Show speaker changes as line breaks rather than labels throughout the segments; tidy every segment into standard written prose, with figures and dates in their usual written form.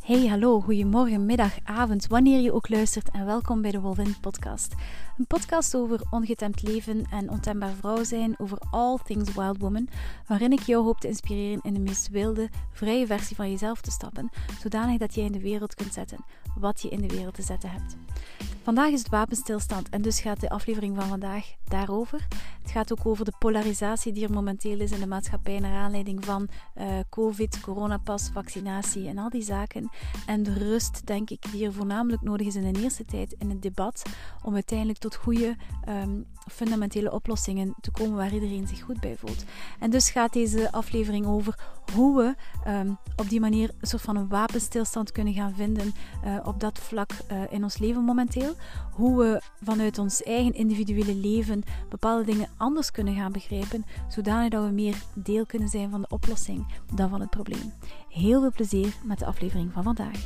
Hey, hallo, goedemorgen, middag, avond, wanneer je ook luistert en welkom bij de Wolvin Podcast. Een podcast over ongetemd leven en ontembaar vrouw zijn, over all things wild woman, waarin ik jou hoop te inspireren in de meest wilde, vrije versie van jezelf te stappen, zodanig dat jij in de wereld kunt zetten wat je in de wereld te zetten hebt. Vandaag is het wapenstilstand en dus gaat de aflevering van vandaag daarover. Het gaat ook over de polarisatie die er momenteel is in de maatschappij naar aanleiding van COVID, coronapas, vaccinatie en al die zaken. En de rust, denk ik, die er voornamelijk nodig is in de eerste tijd in het debat om uiteindelijk tot goede fundamentele oplossingen te komen waar iedereen zich goed bij voelt. En dus gaat deze aflevering over hoe we op die manier een soort van een wapenstilstand kunnen gaan vinden op dat vlak in ons leven momenteel. Hoe we vanuit ons eigen individuele leven bepaalde dingen anders kunnen gaan begrijpen, zodanig dat we meer deel kunnen zijn van de oplossing dan van het probleem. Heel veel plezier met de aflevering van vandaag.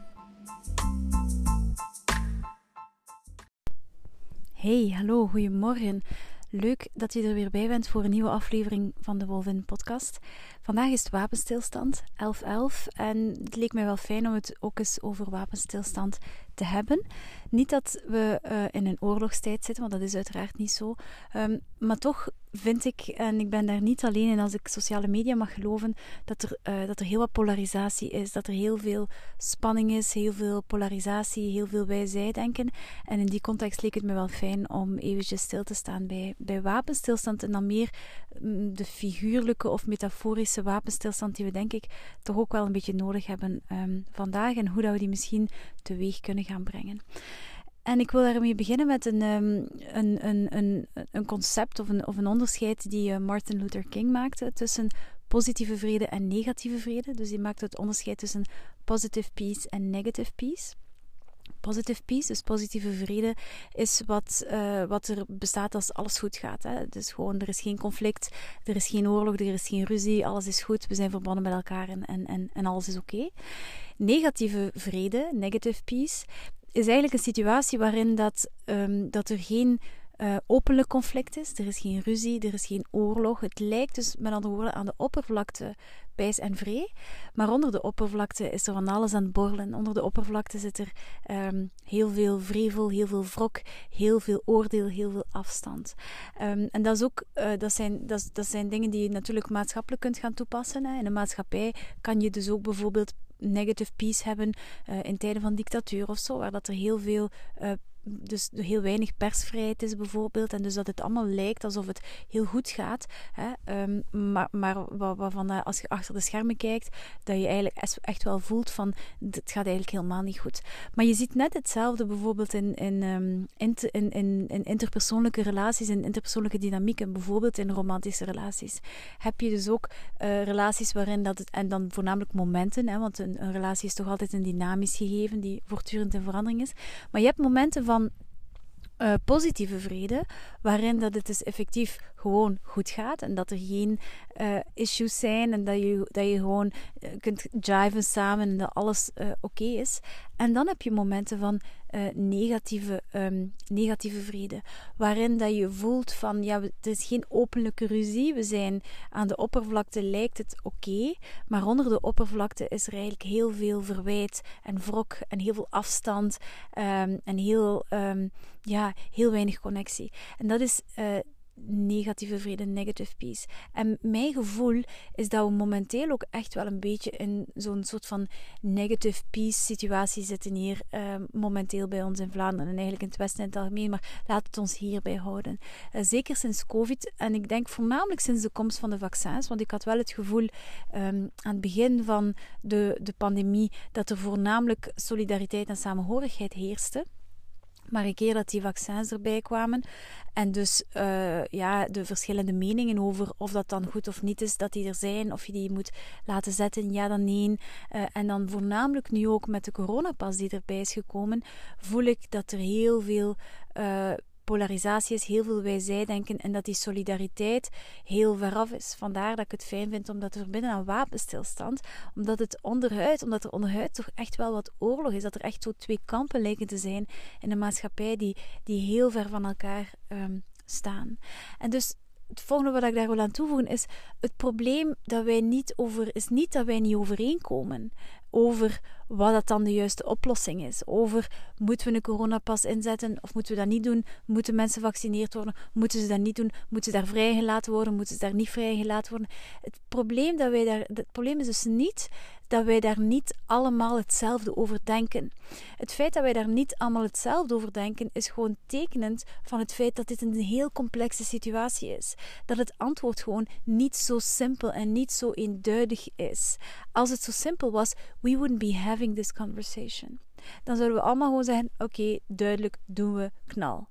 Hey, hallo, goedemorgen. Leuk dat je er weer bij bent voor een nieuwe aflevering van de Wolvin Podcast. Vandaag is het wapenstilstand, 11/11, en het leek mij wel fijn om het ook eens over wapenstilstand te hebben. Niet dat we in een oorlogstijd zitten, want dat is uiteraard niet zo, maar toch vind ik, en ik ben daar niet alleen in als ik sociale media mag geloven, dat er heel wat polarisatie is, dat er heel veel spanning is, heel veel polarisatie, heel veel wij-zij-denken. En in die context leek het me wel fijn om eventjes stil te staan bij wapenstilstand en dan meer de figuurlijke of metaforische wapenstilstand die we denk ik toch ook wel een beetje nodig hebben vandaag en hoe dat we die misschien teweeg kunnen gaan brengen. En ik wil daarmee beginnen met een concept of een onderscheid die Martin Luther King maakte tussen positieve vrede en negatieve vrede. Dus die maakte het onderscheid tussen positive peace en negative peace. Positive peace, dus positieve vrede, is wat er bestaat als alles goed gaat. Hè. Dus gewoon, er is geen conflict, er is geen oorlog, er is geen ruzie, alles is goed, we zijn verbonden met elkaar en alles is oké. Negatieve vrede, negative peace, is eigenlijk een situatie waarin dat er geen openlijk conflict is, er is geen ruzie, er is geen oorlog. Het lijkt dus met andere woorden aan de oppervlakte wijs en vree, maar onder de oppervlakte is er van alles aan het borrelen. Onder de oppervlakte zit er heel veel wrevel, heel veel wrok, heel veel oordeel, heel veel afstand. En dat is ook, dat zijn dingen die je natuurlijk maatschappelijk kunt gaan toepassen. Hè. In een maatschappij kan je dus ook bijvoorbeeld negative peace hebben in tijden van dictatuur of zo, waar dat er heel veel dus heel weinig persvrijheid is bijvoorbeeld, en dus dat het allemaal lijkt alsof het heel goed gaat, hè? Maar waarvan als je achter de schermen kijkt, dat je eigenlijk echt wel voelt van, het gaat eigenlijk helemaal niet goed. Maar je ziet net hetzelfde bijvoorbeeld in interpersoonlijke relaties, in interpersoonlijke dynamieken, bijvoorbeeld in romantische relaties. Heb je dus ook relaties waarin dat het, en dan voornamelijk momenten, hè, want een relatie is toch altijd een dynamisch gegeven die voortdurend in verandering is, maar je hebt momenten van positieve vrede, waarin dat het dus effectief gewoon goed gaat en dat er geen issues zijn en dat je gewoon kunt jiven samen en dat alles oké is. En dan heb je momenten van negatieve vrede, waarin dat je voelt van, ja, er is geen openlijke ruzie, we zijn aan de oppervlakte lijkt het oké, maar onder de oppervlakte is er eigenlijk heel veel verwijt en wrok en heel veel afstand en heel weinig connectie. En dat is negatieve vrede, negative peace. En mijn gevoel is dat we momenteel ook echt wel een beetje in zo'n soort van negative peace situatie zitten hier momenteel bij ons in Vlaanderen en eigenlijk in het Westen in het algemeen, maar laat het ons hierbij houden. Zeker sinds COVID en ik denk voornamelijk sinds de komst van de vaccins, want ik had wel het gevoel aan het begin van de pandemie dat er voornamelijk solidariteit en samenhorigheid heerste. Maar een keer dat die vaccins erbij kwamen en dus de verschillende meningen over of dat dan goed of niet is dat die er zijn, of je die moet laten zetten, ja dan nee. En dan voornamelijk nu ook met de coronapas die erbij is gekomen, voel ik dat er heel veel polarisatie is, heel veel wij-zij-denken en dat die solidariteit heel veraf is. Vandaar dat ik het fijn vind om dat te verbinden aan wapenstilstand, omdat er onderhuid toch echt wel wat oorlog is, dat er echt zo twee kampen lijken te zijn in een maatschappij die heel ver van elkaar staan. En dus het volgende wat ik daar wil aan toevoegen is, het probleem dat wij niet overeenkomen over wat dat dan de juiste oplossing is. Over, moeten we een coronapas inzetten of moeten we dat niet doen? Moeten mensen gevaccineerd worden? Moeten ze dat niet doen? Moeten ze daar vrijgelaten worden? Moeten ze daar niet vrijgelaten worden? Het probleem is dus niet dat wij daar niet allemaal hetzelfde over denken. Het feit dat wij daar niet allemaal hetzelfde over denken, is gewoon tekenend van het feit dat dit een heel complexe situatie is. Dat het antwoord gewoon niet zo simpel en niet zo eenduidig is. Als het zo simpel was, we wouldn't be having this conversation. Dan zouden we allemaal gewoon zeggen, oké, duidelijk, doen we, knal.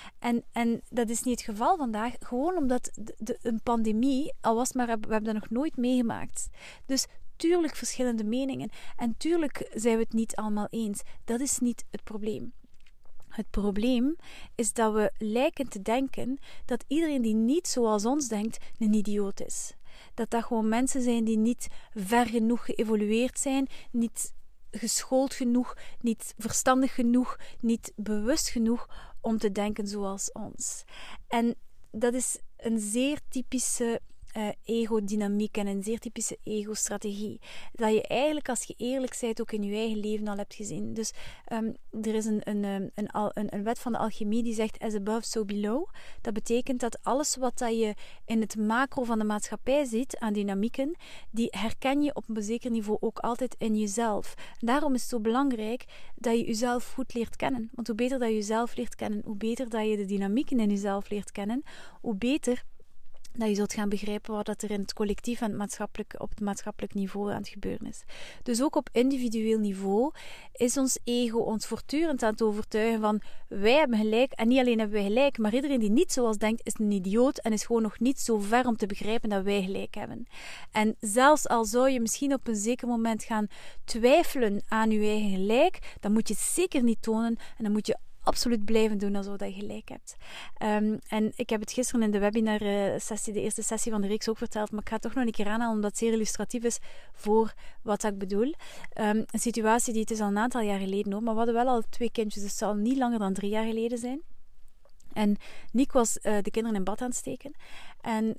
En dat is niet het geval vandaag, gewoon omdat een pandemie, al was het maar, we hebben dat nog nooit meegemaakt. Dus tuurlijk verschillende meningen en tuurlijk zijn we het niet allemaal eens. Dat is niet het probleem. Het probleem is dat we lijken te denken dat iedereen die niet zoals ons denkt, een idioot is. Dat gewoon mensen zijn die niet ver genoeg geëvolueerd zijn, niet geschoold genoeg, niet verstandig genoeg, niet bewust genoeg om te denken zoals ons. En dat is een zeer typische ego-dynamiek en een zeer typische ego-strategie. Dat je eigenlijk, als je eerlijk bent, ook in je eigen leven al hebt gezien. Dus er is een wet van de alchemie die zegt as above, so below. Dat betekent dat alles wat dat je in het macro van de maatschappij ziet aan dynamieken, die herken je op een zeker niveau ook altijd in jezelf. En daarom is het zo belangrijk dat je jezelf goed leert kennen. Want hoe beter dat je jezelf leert kennen, hoe beter dat je de dynamieken in jezelf leert kennen, hoe beter dat je zult gaan begrijpen wat dat er in het collectief en op het maatschappelijk niveau aan het gebeuren is. Dus ook op individueel niveau is ons ego ons voortdurend aan het overtuigen van wij hebben gelijk en niet alleen hebben wij gelijk, maar iedereen die niet zoals denkt is een idioot en is gewoon nog niet zo ver om te begrijpen dat wij gelijk hebben. En zelfs al zou je misschien op een zeker moment gaan twijfelen aan je eigen gelijk, dan moet je het zeker niet tonen en dan moet je absoluut blijven doen alsof dat je gelijk hebt. En ik heb het gisteren in de webinar-sessie, de eerste sessie van de reeks ook verteld, maar ik ga het toch nog een keer aanhalen, omdat het zeer illustratief is voor wat ik bedoel. Een situatie die, het is al een aantal jaar geleden hoor, maar we hadden wel al 2 kindjes, dus het zal niet langer dan 3 jaar geleden zijn. En Nick was de kinderen in bad aan het steken. En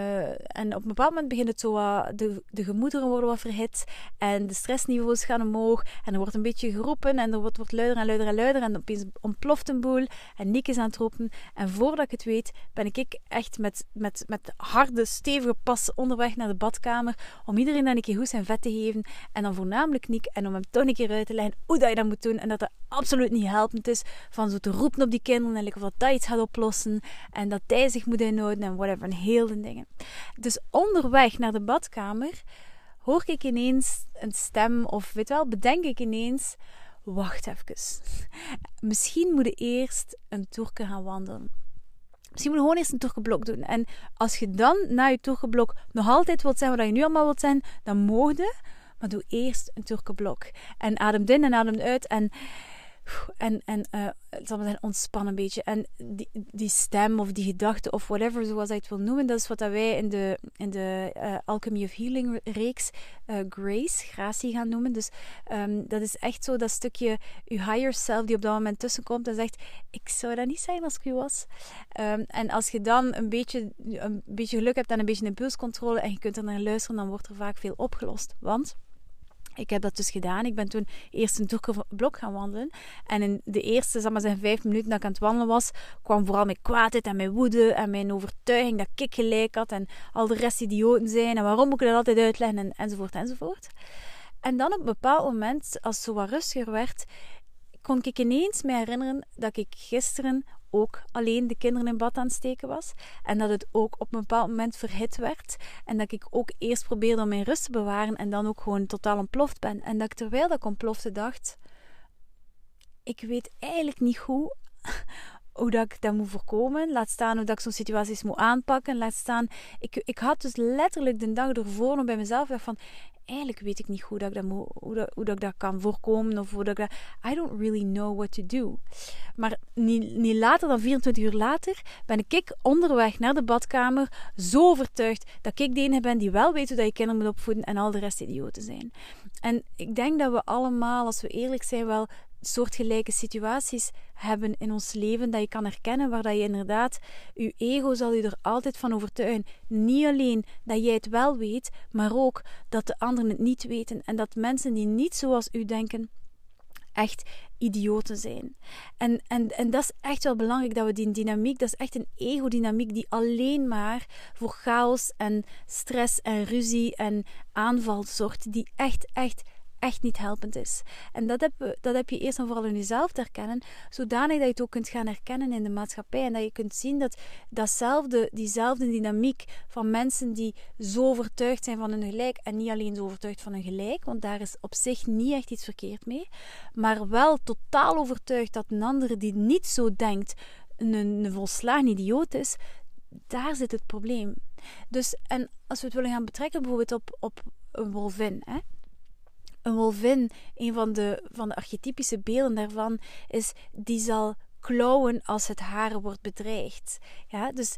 op een bepaald moment begint het zo de gemoederen worden wat verhit. En de stressniveaus gaan omhoog. En er wordt een beetje geroepen. En er wordt luider en luider en luider. En opeens ontploft een boel. En Nick is aan het roepen. En voordat ik het weet, ben ik echt met harde, stevige pas onderweg naar de badkamer. Om iedereen dan een keer goed zijn vet te geven. En dan voornamelijk Nick. En om hem toch een keer uit te leggen hoe dat je dat moet doen. En dat dat absoluut niet helpend is. Van zo te roepen op die kinderen. En of dat iets gaat oplossen. En dat hij zich moet inhouden. En whatever. En heel de dingen. Dus onderweg naar de badkamer hoor ik ineens een stem. Of weet wel, bedenk ik ineens. Wacht even. Misschien moet je eerst een toerke gaan wandelen. Misschien moet je gewoon eerst een toerkeblok doen. En als je dan na je toerkeblok nog altijd wilt zijn wat je nu allemaal wilt zijn. Dan mag je. Maar doe eerst een toerkeblok. En adem in en adem uit. En het zal maar zijn, ontspan een beetje. En die stem of die gedachte of whatever, zoals hij het wil noemen, dat is wat wij in de Alchemy of Healing reeks gratie gaan noemen. Dus dat is echt zo dat stukje je higher self die op dat moment tussenkomt en zegt, ik zou dat niet zijn als ik u was. En als je dan een beetje geluk hebt en een beetje impulscontrole en je kunt er naar luisteren, dan wordt er vaak veel opgelost. Want ik heb dat dus gedaan. Ik ben toen eerst een toerkeblok gaan wandelen. En in de eerste, zeg maar, 5 minuten dat ik aan het wandelen was, kwam vooral mijn kwaadheid en mijn woede en mijn overtuiging dat ik gelijk had en al de rest idioten zijn en waarom moet ik dat altijd uitleggen enzovoort enzovoort. En dan op een bepaald moment, als het zo wat rustiger werd, kon ik ineens me herinneren dat ik gisteren ook alleen de kinderen in bad aan het steken was. En dat het ook op een bepaald moment verhit werd. En dat ik ook eerst probeerde om mijn rust te bewaren en dan ook gewoon totaal ontploft ben. En dat ik terwijl dat ik ontplofte dacht, ik weet eigenlijk niet hoe dat ik dat moet voorkomen. Laat staan hoe dat ik zo'n situaties moet aanpakken. Laat staan, ik had dus letterlijk de dag ervoor nog bij mezelf gedacht van, eigenlijk weet ik niet hoe dat ik dat kan voorkomen of hoe dat ik dat... I don't really know what to do. Maar niet later dan 24 uur later ben ik onderweg naar de badkamer zo overtuigd dat ik de enige ben die wel weet hoe dat je kinderen moet opvoeden en al de rest idioten zijn. En ik denk dat we allemaal, als we eerlijk zijn, wel soortgelijke situaties hebben in ons leven dat je kan herkennen, waar dat je inderdaad, je ego zal je er altijd van overtuigen. Niet alleen dat jij het wel weet, maar ook dat de anderen het niet weten. En dat mensen die niet zoals u denken, echt idioten zijn. En dat is echt wel belangrijk, dat we die dynamiek, dat is echt een ego-dynamiek die alleen maar voor chaos en stress en ruzie en aanval zorgt, die echt niet helpend is. En dat heb je eerst en vooral in jezelf te herkennen, zodanig dat je het ook kunt gaan herkennen in de maatschappij. En dat je kunt zien dat diezelfde dynamiek van mensen die zo overtuigd zijn van hun gelijk, en niet alleen zo overtuigd van hun gelijk, want daar is op zich niet echt iets verkeerd mee, maar wel totaal overtuigd dat een andere die niet zo denkt, een volslagen idioot is, daar zit het probleem. Dus, en als we het willen gaan betrekken bijvoorbeeld op een wolvin, hè? Een wolvin, een van de archetypische beelden daarvan, is die zal klauwen als het haar wordt bedreigd. Ja, dus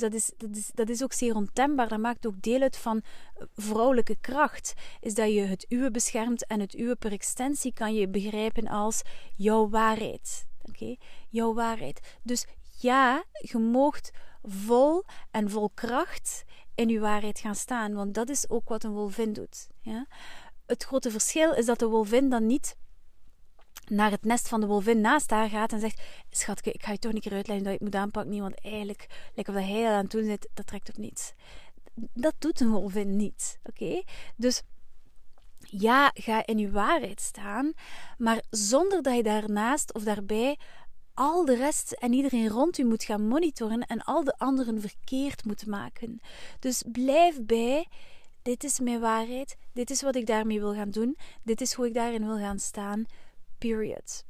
dat is ook zeer ontembaar. Dat maakt ook deel uit van vrouwelijke kracht. Is dat je het uwe beschermt en het uwe per extensie kan je begrijpen als jouw waarheid. Oké? Jouw waarheid. Dus ja, je moogt vol en vol kracht in je waarheid gaan staan. Want dat is ook wat een wolvin doet. Ja? Het grote verschil is dat de wolvin dan niet naar het nest van de wolvin naast haar gaat en zegt: schatje, ik ga je toch een keer uitleggen dat je het moet aanpakken. Niet, want eigenlijk, lijkt of dat hij dat aan het doen zit, dat trekt op niets. Dat doet een wolvin niet. Oké? Dus ja, ga in je waarheid staan, maar zonder dat je daarnaast of daarbij al de rest en iedereen rond u moet gaan monitoren en al de anderen verkeerd moet maken. Dus blijf bij: dit is mijn waarheid, dit is wat ik daarmee wil gaan doen, dit is hoe ik daarin wil gaan staan, period.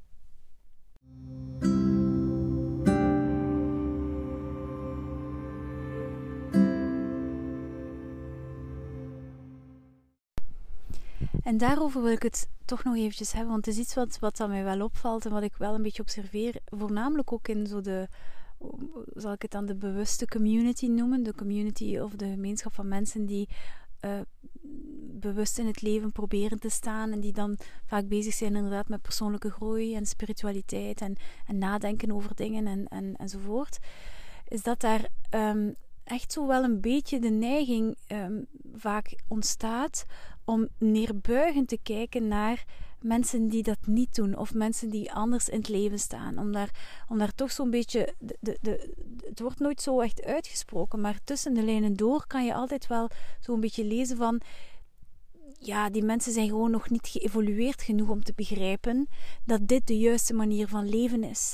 En daarover wil ik het toch nog eventjes hebben, want het is iets wat aan mij wel opvalt en wat ik wel een beetje observeer, voornamelijk ook in zo zal ik het dan de bewuste community noemen, de community of de gemeenschap van mensen die bewust in het leven proberen te staan en die dan vaak bezig zijn inderdaad met persoonlijke groei en spiritualiteit en nadenken over dingen enzovoort, is dat daar echt zo wel een beetje de neiging vaak ontstaat om neerbuigend te kijken naar mensen die dat niet doen of mensen die anders in het leven staan. Om daar toch zo'n beetje het wordt nooit zo echt uitgesproken, maar tussen de lijnen door kan je altijd wel zo'n beetje lezen van: ja, die mensen zijn gewoon nog niet geëvolueerd genoeg om te begrijpen dat dit de juiste manier van leven is.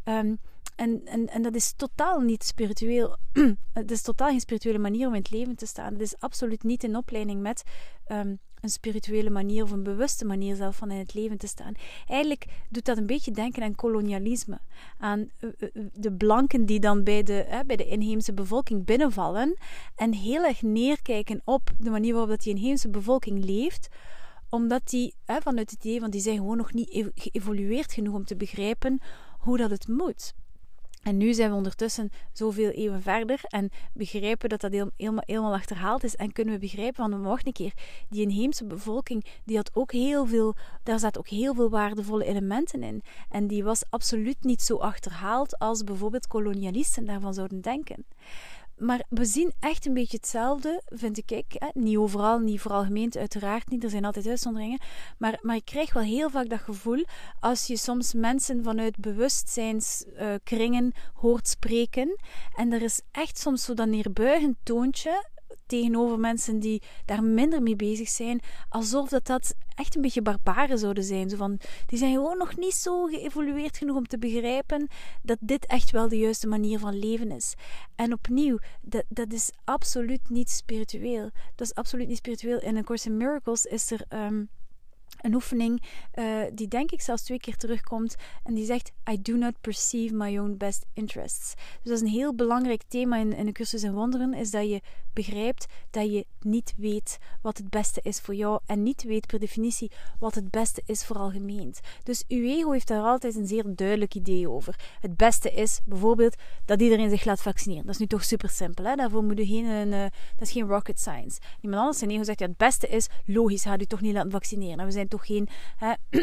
En dat is totaal niet spiritueel. Het is totaal geen spirituele manier om in het leven te staan. Het is absoluut niet in opleiding met een spirituele manier of een bewuste manier zelf van in het leven te staan. Eigenlijk doet dat een beetje denken aan kolonialisme. Aan de blanken die dan bij de inheemse bevolking binnenvallen en heel erg neerkijken op de manier waarop die inheemse bevolking leeft, omdat die vanuit het idee van die zijn gewoon nog niet geëvolueerd genoeg om te begrijpen hoe dat het moet. En nu zijn we ondertussen zoveel eeuwen verder en begrijpen dat helemaal achterhaald is. En kunnen we begrijpen van: wacht een keer, die inheemse bevolking, die had ook daar zaten ook heel veel waardevolle elementen in. En die was absoluut niet zo achterhaald als bijvoorbeeld kolonialisten daarvan zouden denken. Maar we zien echt een beetje hetzelfde, vind ik. Niet overal, niet voor algemeen, uiteraard niet. Er zijn altijd uitzonderingen. Maar ik krijg wel heel vaak dat gevoel als je soms mensen vanuit bewustzijnskringen hoort spreken. En er is echt soms zo dat neerbuigend toontje tegenover mensen die daar minder mee bezig zijn, alsof dat echt een beetje barbaren zouden zijn. Zo van, die zijn gewoon nog niet zo geëvolueerd genoeg om te begrijpen dat dit echt wel de juiste manier van leven is. En opnieuw, dat is absoluut niet spiritueel. Dat is absoluut niet spiritueel. In A Course in Miracles is er een oefening die denk ik zelfs 2 keer terugkomt en die zegt: I do not perceive my own best interests. Dus dat is een heel belangrijk thema in de cursus in wonderen, is dat je begrijpt dat je niet weet wat het beste is voor jou en niet weet per definitie wat het beste is voor algemeen. Dus uw ego heeft daar altijd een zeer duidelijk idee over. Het beste is bijvoorbeeld dat iedereen zich laat vaccineren. Dat is nu toch super simpel, hè? Daarvoor moet je dat is geen rocket science. Iemand anders zijn ego zegt: ja, het beste is, logisch, gaat u toch niet laten vaccineren. En we zijn toch geen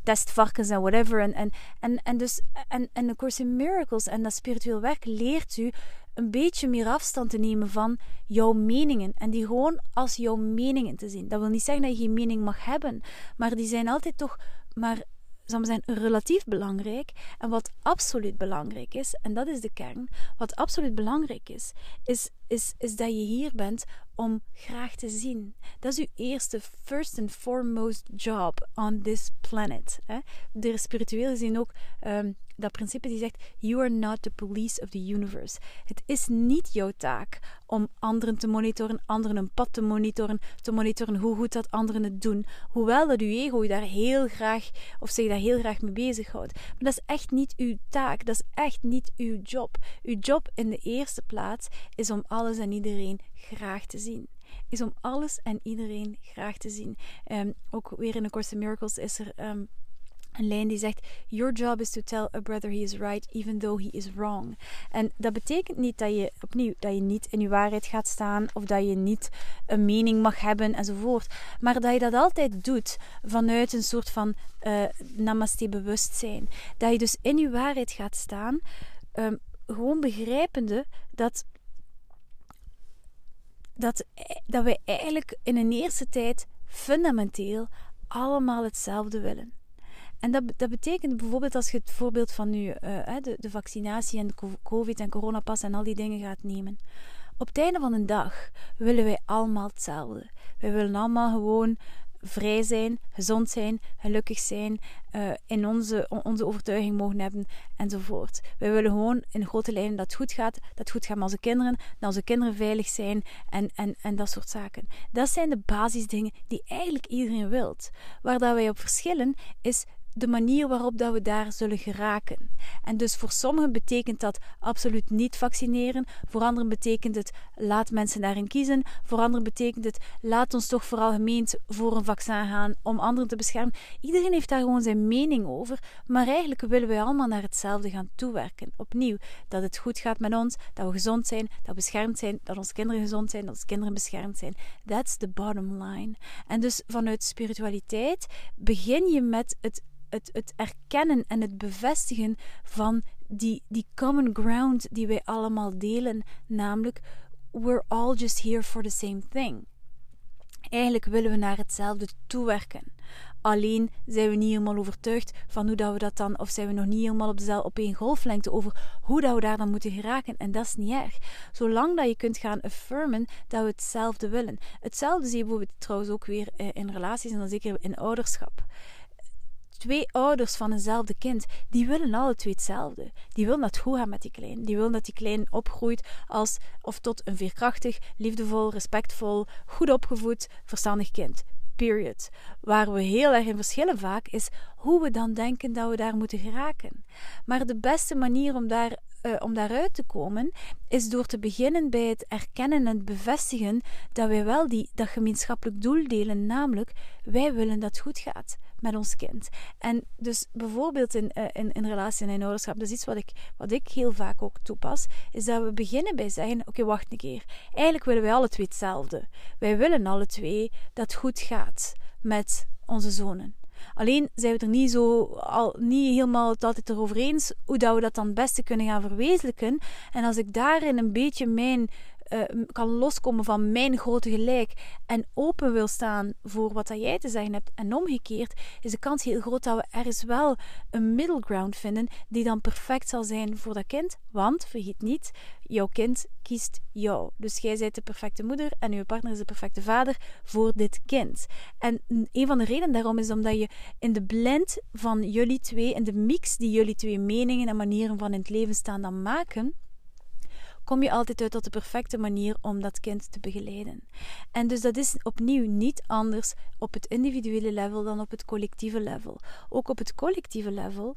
testvarkens en whatever. En de Course in Miracles en dat spiritueel werk leert u een beetje meer afstand te nemen van jouw meningen. En die gewoon als jouw meningen te zien. Dat wil niet zeggen dat je geen mening mag hebben. Maar die zijn altijd toch maar, zal maar zeggen, relatief belangrijk. En wat absoluut belangrijk is, en dat is de kern, wat absoluut belangrijk is dat je hier bent om graag te zien. Dat is uw eerste, first and foremost job on this planet. Hè? Er is spiritueel gezien ook dat principe die zegt, you are not the police of the universe. Het is niet jouw taak om anderen te monitoren, anderen een pad te monitoren hoe goed dat anderen het doen. Hoewel dat uw ego je daar heel graag, of zich daar heel graag mee bezighoudt. Maar dat is echt niet uw taak, dat is echt niet uw job. Uw job in de eerste plaats is om alles en iedereen graag te zien. Is om alles en iedereen graag te zien. Ook weer in A Course in Miracles is er een lijn die zegt, your job is to tell a brother he is right, even though he is wrong. En dat betekent niet dat je, opnieuw, dat je niet in je waarheid gaat staan, of dat je niet een mening mag hebben, enzovoort. Maar dat je dat altijd doet vanuit een soort van namaste bewustzijn. Dat je dus in je waarheid gaat staan, gewoon begrijpende dat wij eigenlijk in een eerste tijd fundamenteel allemaal hetzelfde willen. En dat betekent bijvoorbeeld, als je het voorbeeld van nu de vaccinatie en de COVID en coronapas en al die dingen gaat nemen. Op het einde van de dag willen wij allemaal hetzelfde. Wij willen allemaal gewoon vrij zijn, gezond zijn, gelukkig zijn, in onze overtuiging mogen hebben, enzovoort. Wij willen gewoon in grote lijnen dat het goed gaat met onze kinderen, dat onze kinderen veilig zijn en dat soort zaken. Dat zijn de basisdingen die eigenlijk iedereen wilt. Waar dat wij op verschillen is de manier waarop dat we daar zullen geraken. En dus voor sommigen betekent dat absoluut niet vaccineren. Voor anderen betekent het laat mensen daarin kiezen. Voor anderen betekent het laat ons toch vooral gemeend voor een vaccin gaan om anderen te beschermen. Iedereen heeft daar gewoon zijn mening over. Maar eigenlijk willen wij allemaal naar hetzelfde gaan toewerken. Opnieuw, dat het goed gaat met ons, dat we gezond zijn, dat we beschermd zijn, dat onze kinderen gezond zijn, dat onze kinderen beschermd zijn. That's the bottom line. En dus vanuit spiritualiteit begin je met het erkennen en het bevestigen van die common ground die wij allemaal delen, namelijk we're all just here for the same thing. Eigenlijk willen we naar hetzelfde toewerken. Alleen zijn we niet helemaal overtuigd van hoe dat we dat dan, of zijn we nog niet helemaal op één golflengte over hoe dat we daar dan moeten geraken. En dat is niet erg. Zolang dat je kunt gaan affirmen dat we hetzelfde willen. Hetzelfde zie je bijvoorbeeld trouwens ook weer in relaties en dan zeker in ouderschap. Twee ouders van eenzelfde kind, die willen alle twee hetzelfde. Die willen dat het goed gaat met die klein. Die willen dat die klein opgroeit tot een veerkrachtig, liefdevol, respectvol, goed opgevoed, verstandig kind. Period. Waar we heel erg in verschillen vaak is hoe we dan denken dat we daar moeten geraken. Maar de beste manier om daaruit te komen is door te beginnen bij het erkennen en het bevestigen dat wij wel dat gemeenschappelijk doel delen, namelijk wij willen dat het goed gaat met ons kind. En dus bijvoorbeeld in relatie en in ouderschap, dat is iets wat ik heel vaak ook toepas, is dat we beginnen bij zeggen, oké, wacht een keer. Eigenlijk willen wij alle twee hetzelfde. Wij willen alle twee dat het goed gaat met onze zonen. Alleen zijn we er niet helemaal het altijd erover eens hoe dat we dat dan het beste kunnen gaan verwezenlijken. En als ik daarin een beetje kan loskomen van mijn grote gelijk en open wil staan voor wat dat jij te zeggen hebt en omgekeerd, is de kans heel groot dat we ergens wel een middle ground vinden die dan perfect zal zijn voor dat kind. Want, vergeet niet, jouw kind kiest jou. Dus jij bent de perfecte moeder en uw partner is de perfecte vader voor dit kind. En een van de redenen daarom is omdat je in de blend van jullie twee, in de mix die jullie twee meningen en manieren van in het leven staan dan maken, kom je altijd uit tot de perfecte manier om dat kind te begeleiden. En dus dat is opnieuw niet anders op het individuele level dan op het collectieve level. Ook op het collectieve level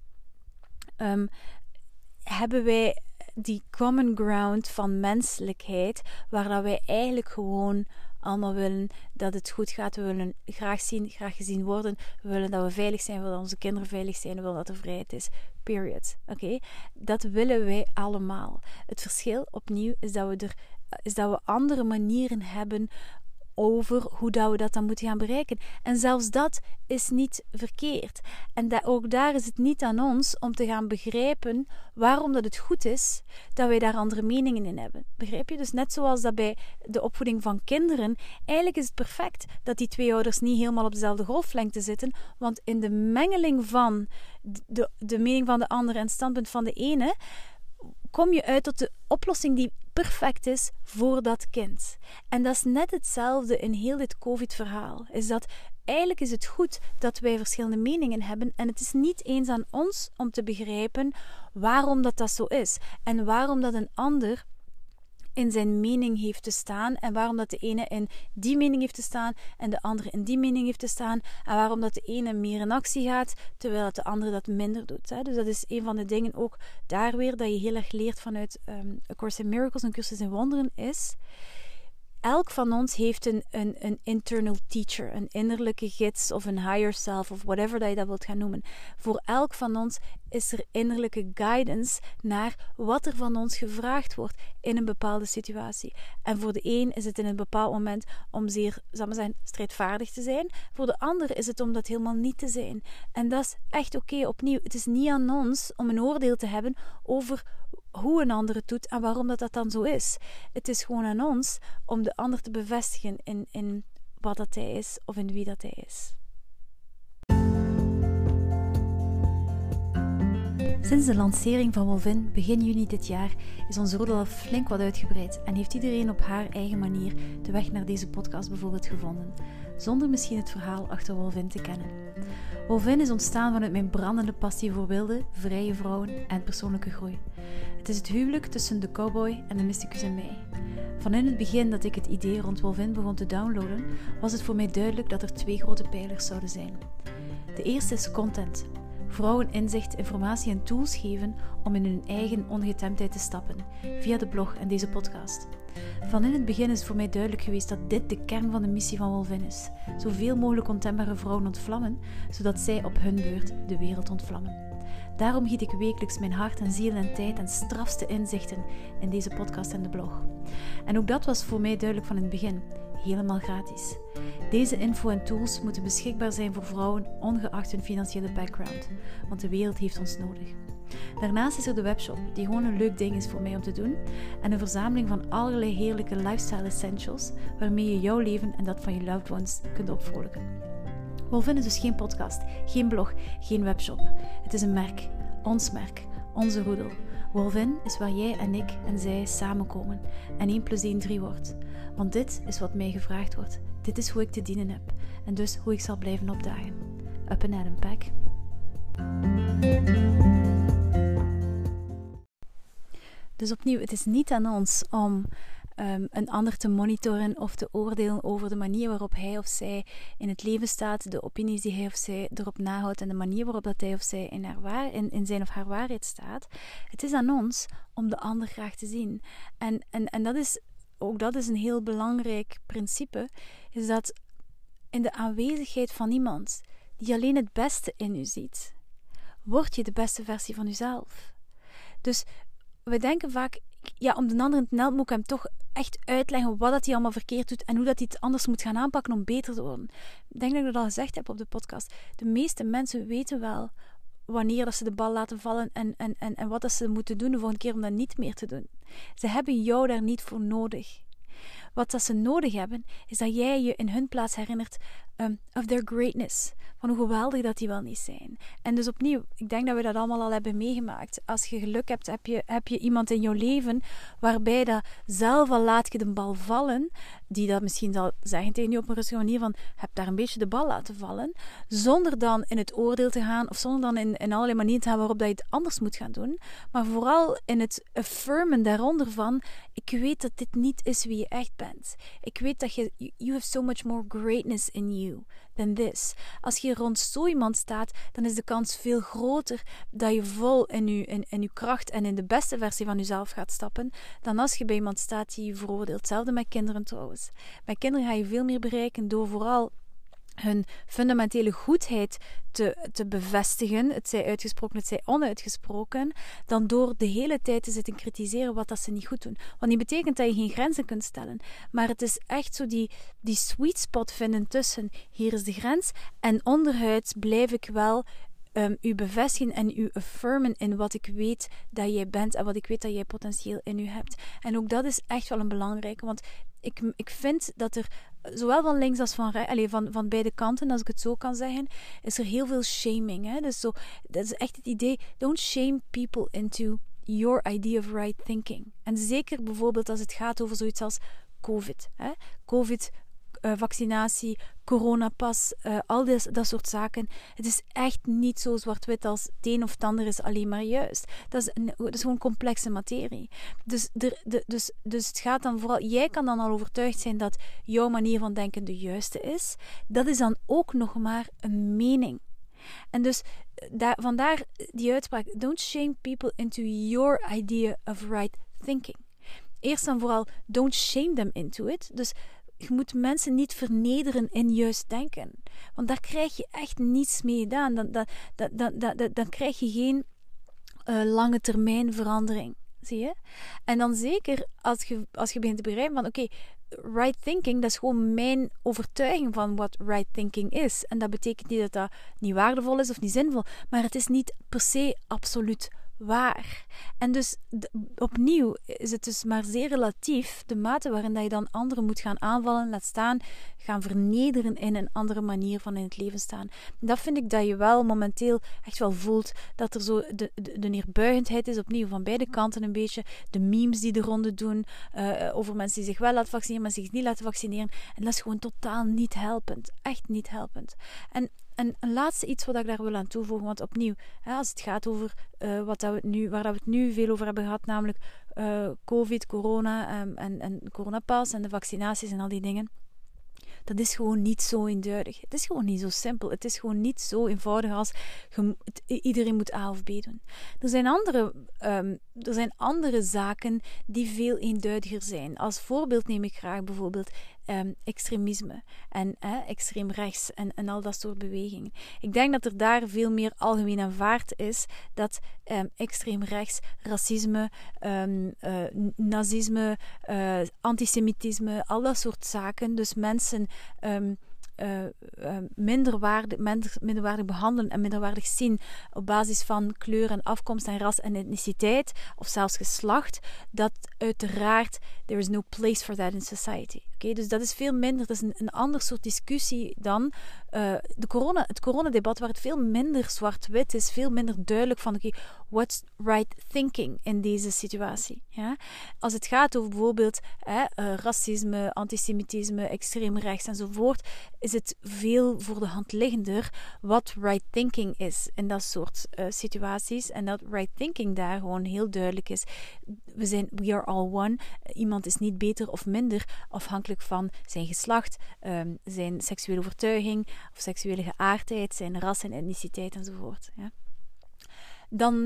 hebben wij die common ground van menselijkheid, waar dat wij eigenlijk gewoon allemaal willen dat het goed gaat. We willen graag gezien worden. We willen dat we veilig zijn. We willen dat onze kinderen veilig zijn. We willen dat er vrijheid is. Period. Oké? Dat willen wij allemaal. Het verschil opnieuw is dat we andere manieren hebben over hoe dat we dat dan moeten gaan bereiken. En zelfs dat is niet verkeerd. En ook daar is het niet aan ons om te gaan begrijpen waarom dat het goed is dat wij daar andere meningen in hebben. Begrijp je? Dus net zoals dat bij de opvoeding van kinderen, eigenlijk is het perfect dat die twee ouders niet helemaal op dezelfde golflengte zitten, want in de mengeling van de mening van de ander en het standpunt van de ene, kom je uit tot de oplossing die perfect is voor dat kind. En dat is net hetzelfde in heel dit COVID-verhaal. Is dat eigenlijk is het goed dat wij verschillende meningen hebben en het is niet eens aan ons om te begrijpen waarom dat zo is en waarom dat een ander in zijn mening heeft te staan en waarom dat de ene in die mening heeft te staan en de andere in die mening heeft te staan en waarom dat de ene meer in actie gaat terwijl dat de andere dat minder doet. Dus dat is een van de dingen ook daar weer dat je heel erg leert vanuit A Course in Miracles, een cursus in wonderen is. Elk van ons heeft een internal teacher, een innerlijke gids of een higher self of whatever dat je dat wilt gaan noemen. Voor elk van ons is er innerlijke guidance naar wat er van ons gevraagd wordt in een bepaalde situatie. En voor de een is het in een bepaald moment om zeer, zal maar zeggen, strijdvaardig te zijn. Voor de ander is het om dat helemaal niet te zijn. En dat is echt oké. Opnieuw, het is niet aan ons om een oordeel te hebben over hoe een ander het doet en waarom dat dan zo is. Het is gewoon aan ons om de ander te bevestigen in wat dat hij is of in wie dat hij is. Sinds de lancering van Wolvin begin juni dit jaar is onze roedel al flink wat uitgebreid en heeft iedereen op haar eigen manier de weg naar deze podcast bijvoorbeeld gevonden, zonder misschien het verhaal achter Wolvin te kennen. Wolvin is ontstaan vanuit mijn brandende passie voor wilde, vrije vrouwen en persoonlijke groei. Het is het huwelijk tussen de cowboy en de mysticus in mij. Van in het begin dat ik het idee rond Wolvin begon te downloaden, was het voor mij duidelijk dat er 2 grote pijlers zouden zijn. De eerste is content. Vrouwen inzicht, informatie en tools geven om in hun eigen ongetemdheid te stappen, via de blog en deze podcast. Van in het begin is het voor mij duidelijk geweest dat dit de kern van de missie van Wolvin is. Zoveel mogelijk ontembare vrouwen ontvlammen, zodat zij op hun beurt de wereld ontvlammen. Daarom giet ik wekelijks mijn hart en ziel en tijd en strafste inzichten in deze podcast en de blog. En ook dat was voor mij duidelijk van in het begin. Helemaal gratis. Deze info en tools moeten beschikbaar zijn voor vrouwen ongeacht hun financiële background, want de wereld heeft ons nodig. Daarnaast is er de webshop, die gewoon een leuk ding is voor mij om te doen, en een verzameling van allerlei heerlijke lifestyle essentials, waarmee je jouw leven en dat van je loved ones kunt opvrolijken. Wolvin is dus geen podcast, geen blog, geen webshop. Het is een merk, ons merk, onze roedel. Wolvin is waar jij en ik en zij samenkomen en 1 + 1 3 wordt. Want dit is wat mij gevraagd wordt. Dit is hoe ik te dienen heb. En dus hoe ik zal blijven opdagen. Up and Adam Pack. Dus opnieuw, het is niet aan ons om een ander te monitoren of te oordelen over de manier waarop hij of zij in het leven staat, de opinies die hij of zij erop nahoudt en de manier waarop dat hij of zij in zijn of haar waarheid staat. Het is aan ons om de ander graag te zien. En dat is een heel belangrijk principe, is dat in de aanwezigheid van iemand die alleen het beste in u ziet, word je de beste versie van jezelf. Dus we denken vaak, ja, om de ander te helpen moet ik hem toch echt uitleggen wat dat hij allemaal verkeerd doet en hoe dat hij het anders moet gaan aanpakken om beter te worden. Ik denk dat ik dat al gezegd heb op de podcast. De meeste mensen weten wel wanneer dat ze de bal laten vallen en wat dat ze moeten doen de volgende keer om dat niet meer te doen. Ze hebben jou daar niet voor nodig. Wat dat ze nodig hebben, is dat jij je in hun plaats herinnert of their greatness. Van hoe geweldig dat die wel niet zijn. En dus opnieuw, ik denk dat we dat allemaal al hebben meegemaakt. Als je geluk hebt, heb je iemand in jouw leven waarbij dat zelf al laat je de bal vallen, die dat misschien zal zeggen tegen je op een rustige manier van, heb daar een beetje de bal laten vallen, zonder dan in het oordeel te gaan, of zonder dan in allerlei manieren te gaan waarop dat je het anders moet gaan doen, maar vooral in het affirmen daaronder van, ik weet dat dit niet is wie je echt bent. Ik weet dat you have so much more greatness in you than this. Als je rond zo iemand staat, dan is de kans veel groter dat je vol in je kracht en in de beste versie van jezelf gaat stappen, dan als je bij iemand staat die je veroordeelt. Hetzelfde met kinderen trouwens. Bij kinderen ga je veel meer bereiken door vooral hun fundamentele goedheid te bevestigen, het zij uitgesproken, het zij onuitgesproken, dan door de hele tijd te zitten kritiseren wat dat ze niet goed doen. Want niet betekent dat je geen grenzen kunt stellen, maar het is echt zo die sweet spot vinden tussen hier is de grens en onderhuids blijf ik wel u bevestigen en u affirmen in wat ik weet dat jij bent en wat ik weet dat jij potentieel in u hebt. En ook dat is echt wel een belangrijke, want ik vind dat er zowel van links als van rechts, van beide kanten, als ik het zo kan zeggen, is er heel veel shaming. Hè? Dus dat is echt het idee, don't shame people into your idea of right thinking. En zeker bijvoorbeeld als het gaat over zoiets als COVID. Hè? COVID, vaccinatie, coronapas, al dat soort zaken. Het is echt niet zo zwart-wit als het een of het ander is alleen maar juist. Dat is gewoon complexe materie. Dus het gaat dan vooral... Jij kan dan al overtuigd zijn dat jouw manier van denken de juiste is. Dat is dan ook nog maar een mening. En dus vandaar die uitspraak, don't shame people into your idea of right thinking. Eerst en vooral, don't shame them into it. Dus je moet mensen niet vernederen in juist denken. Want daar krijg je echt niets mee gedaan. Dan krijg je geen lange termijn verandering. Zie je? En dan zeker als je begint te begrijpen van oké, right thinking, dat is gewoon mijn overtuiging van wat right thinking is. En dat betekent niet dat dat niet waardevol is of niet zinvol, maar het is niet per se absoluut waar. En dus opnieuw is het dus maar zeer relatief de mate waarin dat je dan anderen moet gaan aanvallen, laat staan, gaan vernederen in een andere manier van in het leven staan. Dat vind ik dat je wel momenteel echt wel voelt, dat er zo de neerbuigendheid is, opnieuw van beide kanten een beetje, de memes die de ronde doen, over mensen die zich wel laten vaccineren, mensen die zich niet laten vaccineren. En dat is gewoon totaal niet helpend. Echt niet helpend. En een laatste iets wat ik daar wil aan toevoegen, want opnieuw, als het gaat over waar we het nu veel over hebben gehad, namelijk COVID, corona en coronapas en de vaccinaties en al die dingen. Dat is gewoon niet zo eenduidig. Het is gewoon niet zo simpel. Het is gewoon niet zo eenvoudig als iedereen moet A of B doen. Er zijn andere zaken die veel eenduidiger zijn. Als voorbeeld neem ik graag bijvoorbeeld extremisme en extreem rechts en al dat soort bewegingen. Ik denk dat er daar veel meer algemeen aanvaard is dat extreem rechts, racisme, nazisme, antisemitisme, al dat soort zaken, dus mensen minderwaardig behandelen en minderwaardig zien op basis van kleur en afkomst en ras en etniciteit of zelfs geslacht, dat uiteraard there is no place for that in society. Okay? Dus dat is veel minder, dat is een ander soort discussie dan het coronadebat, waar het veel minder zwart-wit is, veel minder duidelijk van what's right thinking in deze situatie. Ja? Als het gaat over bijvoorbeeld racisme, antisemitisme, extreem rechts enzovoort, is het veel voor de hand liggender wat right thinking is in dat soort situaties. En dat right thinking daar gewoon heel duidelijk is. We are all one. Iemand is niet beter of minder afhankelijk van zijn geslacht, zijn seksuele overtuiging of seksuele geaardheid, zijn ras en etniciteit enzovoort. Ja. Dan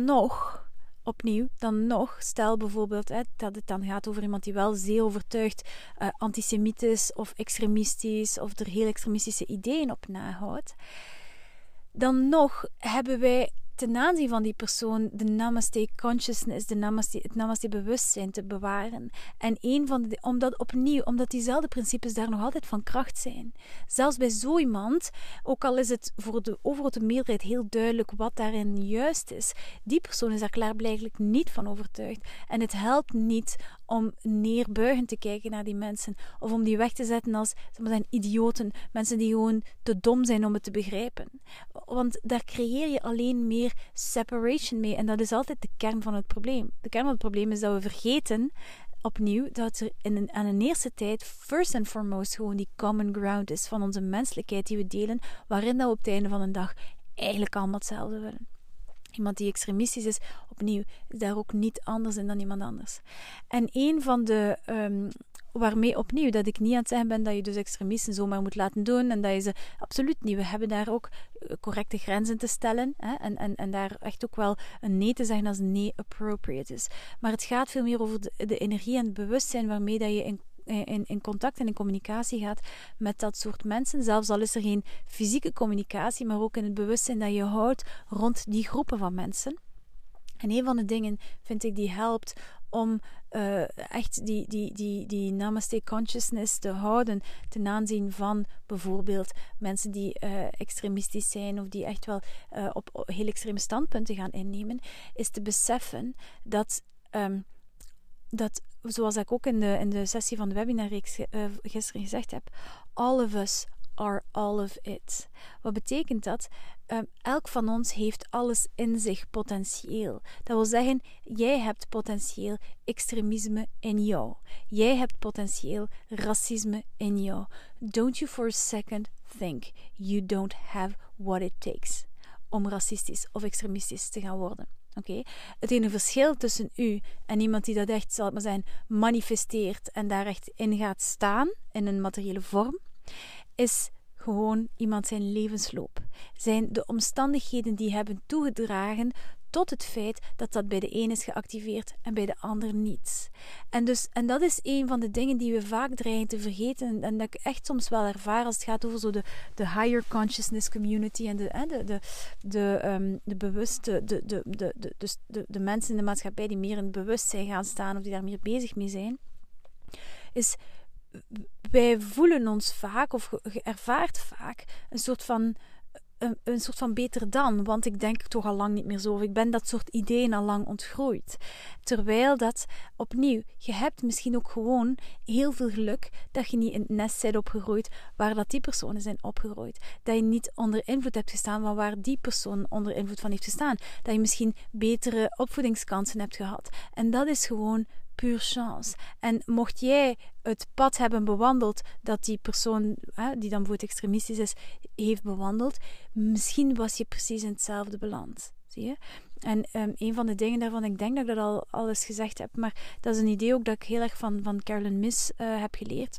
nog, stel bijvoorbeeld dat het dan gaat over iemand die wel zeer overtuigd antisemitisch of extremistisch of er heel extremistische ideeën op nahoudt. Dan nog hebben wij ten aanzien van die persoon de Namaste consciousness, het Namaste bewustzijn te bewaren. En omdat diezelfde principes daar nog altijd van kracht zijn. Zelfs bij zo iemand, ook al is het voor de overgrote meerderheid heel duidelijk wat daarin juist is, die persoon is daar klaarblijkelijk niet van overtuigd. En het helpt niet om neerbuigend te kijken naar die mensen, of om die weg te zetten als zijn idioten, mensen die gewoon te dom zijn om het te begrijpen. Want daar creëer je alleen meer separation mee, en dat is altijd de kern van het probleem. De kern van het probleem is dat we vergeten, opnieuw, dat er aan een eerste tijd, first and foremost, gewoon die common ground is van onze menselijkheid die we delen, waarin dat we op het einde van de dag eigenlijk allemaal hetzelfde willen. Iemand die extremistisch is, opnieuw, is daar ook niet anders in dan iemand anders. En een van de... waarmee opnieuw dat ik niet aan het zeggen ben dat je dus extremisten zomaar moet laten doen en dat je ze... Absoluut niet. We hebben daar ook correcte grenzen te stellen en daar echt ook wel een nee te zeggen als nee appropriate is. Maar het gaat veel meer over de energie en het bewustzijn waarmee dat je in contact en in communicatie gaat met dat soort mensen. Zelfs al is er geen fysieke communicatie, maar ook in het bewustzijn dat je houdt rond die groepen van mensen. En een van de dingen, vind ik, die helpt om echt die Namaste Consciousness te houden ten aanzien van bijvoorbeeld mensen die extremistisch zijn of die echt wel op heel extreme standpunten gaan innemen, is te beseffen dat zoals ik ook in de sessie van de webinarreeks gisteren gezegd heb, all of us are all of it. Wat betekent dat? Elk van ons heeft alles in zich potentieel. Dat wil zeggen, jij hebt potentieel extremisme in jou. Jij hebt potentieel racisme in jou. Don't you for a second think you don't have what it takes om racistisch of extremistisch te gaan worden. Oké? Het enige verschil tussen u en iemand die dat echt, zal ik maar zeggen, manifesteert en daar echt in gaat staan, in een materiële vorm, is gewoon iemand zijn levensloop. Zijn de omstandigheden die hebben toegedragen tot het feit dat dat bij de een is geactiveerd en bij de ander niet. En dat is een van de dingen die we vaak dreigen te vergeten en dat ik echt soms wel ervaar als het gaat over zo de higher consciousness community en de bewuste, de mensen in de maatschappij die meer in het bewustzijn gaan staan of die daar meer bezig mee zijn, is wij voelen ons vaak, of je ervaart vaak, een soort van beter dan, want ik denk toch al lang niet meer zo, of ik ben dat soort ideeën al lang ontgroeid. Terwijl dat, opnieuw, je hebt misschien ook gewoon heel veel geluk dat je niet in het nest bent opgegroeid waar dat die personen zijn opgegroeid. Dat je niet onder invloed hebt gestaan van waar die persoon onder invloed van heeft gestaan. Dat je misschien betere opvoedingskansen hebt gehad. En dat is gewoon puur chance. En mocht jij het pad hebben bewandeld dat die persoon, die dan bijvoorbeeld extremistisch is, heeft bewandeld, misschien was je precies in hetzelfde beland. Zie je? En een van de dingen daarvan, ik denk dat ik dat al eens gezegd heb, maar dat is een idee ook dat ik heel erg van Carolyn Myss heb geleerd.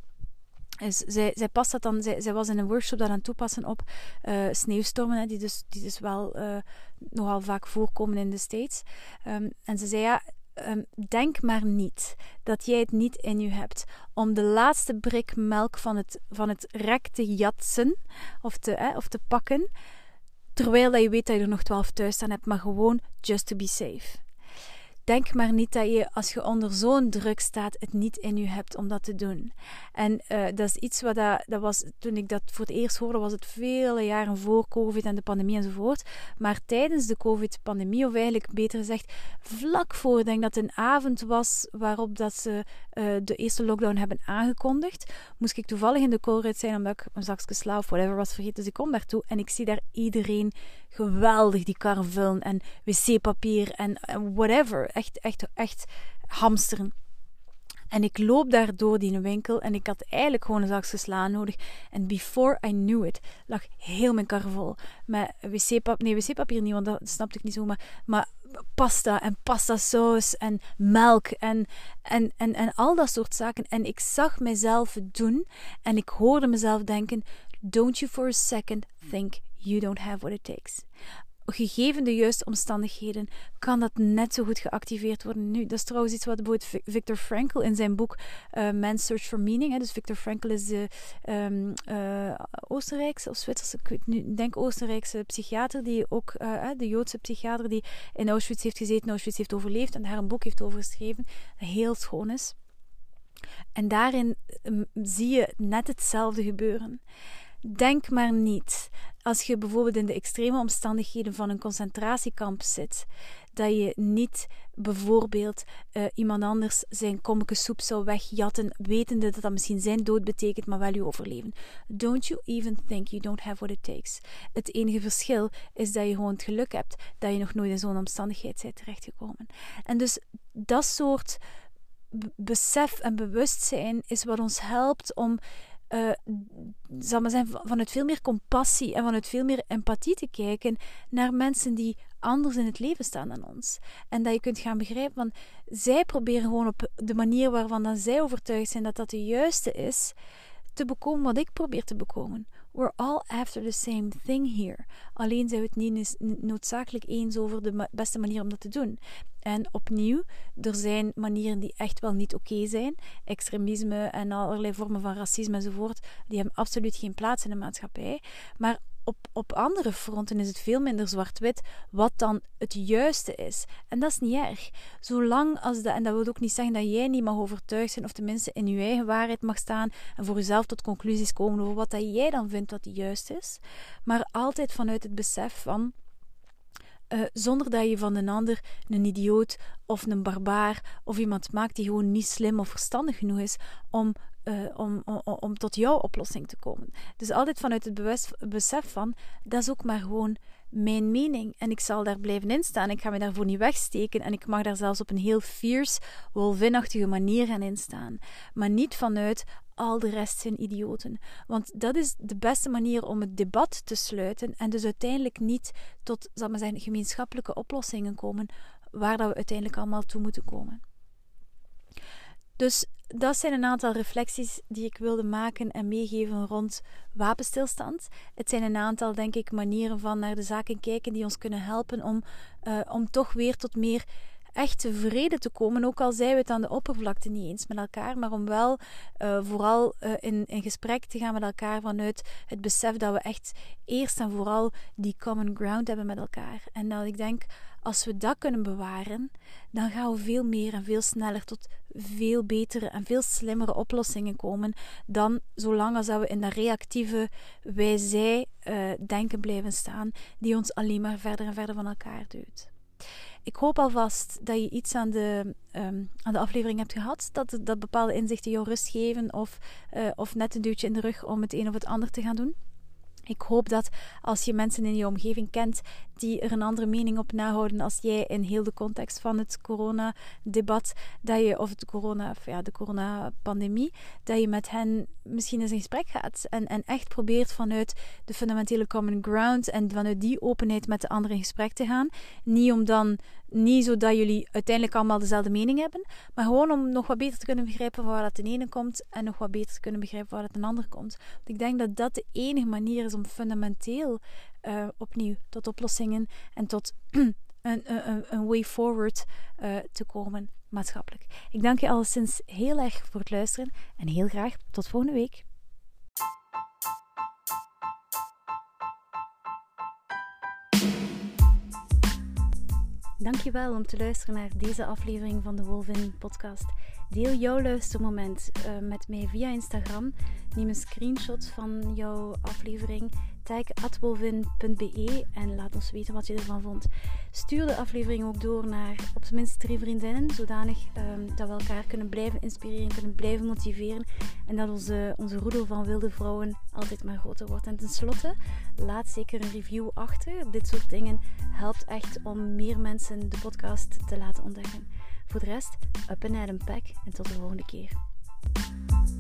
Zij past dat dan, zij was in een workshop dat aan het toepassen op sneeuwstormen, die dus wel nogal vaak voorkomen in de States. En ze zei, ja, denk maar niet dat jij het niet in je hebt om de laatste brik melk van het rek te jatsen of te pakken, terwijl dat je weet dat je er nog 12 thuis staan hebt, maar gewoon just to be safe. Denk maar niet dat je, als je onder zo'n druk staat, het niet in je hebt om dat te doen. En dat is iets wat dat was, toen ik dat voor het eerst hoorde, was het vele jaren voor COVID en de pandemie enzovoort. Maar tijdens de COVID-pandemie, of eigenlijk beter gezegd, vlak voor, ik denk dat het een avond was waarop dat ze de eerste lockdown hebben aangekondigd, moest ik toevallig in de callride zijn, omdat ik een zakje sla of whatever was vergeten. Dus ik kom daartoe en ik zie daar iedereen geweldig die karren vullen en wc-papier en whatever. Echt hamsteren. En ik loop daar door die winkel en ik had eigenlijk gewoon een zakje sla nodig. En before I knew it, lag heel mijn kar vol. Met wc-papier niet, want dat snapte ik niet zo. Maar pasta en pastasaus en melk en al dat soort zaken. En ik zag mezelf doen en ik hoorde mezelf denken, don't you for a second think you don't have what it takes. Gegeven de juiste omstandigheden kan dat net zo goed geactiveerd worden nu. Dat is trouwens iets wat bijvoorbeeld Viktor Frankl in zijn boek Man's Search for Meaning, dus Viktor Frankl is de Oostenrijkse of Zwitserse, ik denk Oostenrijkse psychiater, die ook de Joodse psychiater die in Auschwitz heeft gezeten, Auschwitz heeft overleefd en daar een boek heeft over geschreven, dat heel schoon is. En daarin zie je net hetzelfde gebeuren. Denk maar niet, als je bijvoorbeeld in de extreme omstandigheden van een concentratiekamp zit, dat je niet bijvoorbeeld iemand anders zijn kommetje soep zou wegjatten, wetende dat dat misschien zijn dood betekent, maar wel je overleven. Don't you even think you don't have what it takes. Het enige verschil is dat je gewoon het geluk hebt dat je nog nooit in zo'n omstandigheid bent terechtgekomen. En dus dat soort besef en bewustzijn is wat ons helpt om zal maar zijn, vanuit veel meer compassie en vanuit veel meer empathie te kijken naar mensen die anders in het leven staan dan ons. En dat je kunt gaan begrijpen, want zij proberen gewoon op de manier waarvan dan zij overtuigd zijn dat dat de juiste is, te bekomen wat ik probeer te bekomen. We're all after the same thing here. Alleen zijn we het niet noodzakelijk eens over de beste manier om dat te doen. En opnieuw, er zijn manieren die echt wel niet oké zijn. Extremisme en allerlei vormen van racisme enzovoort, die hebben absoluut geen plaats in de maatschappij. Maar op andere fronten is het veel minder zwart-wit wat dan het juiste is. En dat is niet erg. Zolang als en dat wil ook niet zeggen dat jij niet mag overtuigd zijn, of tenminste in je eigen waarheid mag staan en voor jezelf tot conclusies komen over wat dat jij dan vindt dat juist is. Maar altijd vanuit het besef van zonder dat je van een ander een idioot of een barbaar of iemand maakt die gewoon niet slim of verstandig genoeg is om tot jouw oplossing te komen. Dus altijd vanuit het besef van, dat is ook maar gewoon mijn mening en ik zal daar blijven instaan. Ik ga me daarvoor niet wegsteken en ik mag daar zelfs op een heel fierce, wolvinachtige manier gaan instaan. Maar niet vanuit al de rest zijn idioten. Want dat is de beste manier om het debat te sluiten en dus uiteindelijk niet tot, zal maar zeggen, gemeenschappelijke oplossingen komen waar dat we uiteindelijk allemaal toe moeten komen. Dus dat zijn een aantal reflecties die ik wilde maken en meegeven rond wapenstilstand. Het zijn een aantal, denk ik, manieren van naar de zaken kijken die ons kunnen helpen om toch weer tot meer echte vrede te komen, ook al zijn we het aan de oppervlakte niet eens met elkaar, maar om wel vooral in gesprek te gaan met elkaar vanuit het besef dat we echt eerst en vooral die common ground hebben met elkaar. En dat ik denk, als we dat kunnen bewaren, dan gaan we veel meer en veel sneller tot veel betere en veel slimmere oplossingen komen dan zolang als we in dat reactieve wij-zij denken blijven staan, die ons alleen maar verder en verder van elkaar duwt. Ik hoop alvast dat je iets aan de aflevering hebt gehad, dat bepaalde inzichten jou rust geven of net een duwtje in de rug om het een of het ander te gaan doen. Ik hoop dat als je mensen in je omgeving kent die er een andere mening op nahouden als jij in heel de context van het coronadebat, of de coronapandemie, dat je met hen misschien eens in gesprek gaat en echt probeert vanuit de fundamentele common ground en vanuit die openheid met de anderen in gesprek te gaan. Niet zodat jullie uiteindelijk allemaal dezelfde mening hebben, maar gewoon om nog wat beter te kunnen begrijpen waar dat de ene komt en nog wat beter te kunnen begrijpen waar dat een ander komt. Want ik denk dat dat de enige manier is om fundamenteel opnieuw tot oplossingen en tot een way forward te komen maatschappelijk. Ik dank je alleszins heel erg voor het luisteren en heel graag tot volgende week. Dankjewel om te luisteren naar deze aflevering van de Wolvin podcast. Deel jouw luistermoment met mij via Instagram. Neem een screenshot van jouw aflevering. Tag @wolvin.be en laat ons weten wat je ervan vond. Stuur de aflevering ook door naar op zijn minst 3 vriendinnen, zodanig dat we elkaar kunnen blijven inspireren, kunnen blijven motiveren en dat onze roedel van wilde vrouwen altijd maar groter wordt. En tenslotte, laat zeker een review achter. Dit soort dingen helpt echt om meer mensen de podcast te laten ontdekken. Voor de rest, up and at 'em pack en tot de volgende keer.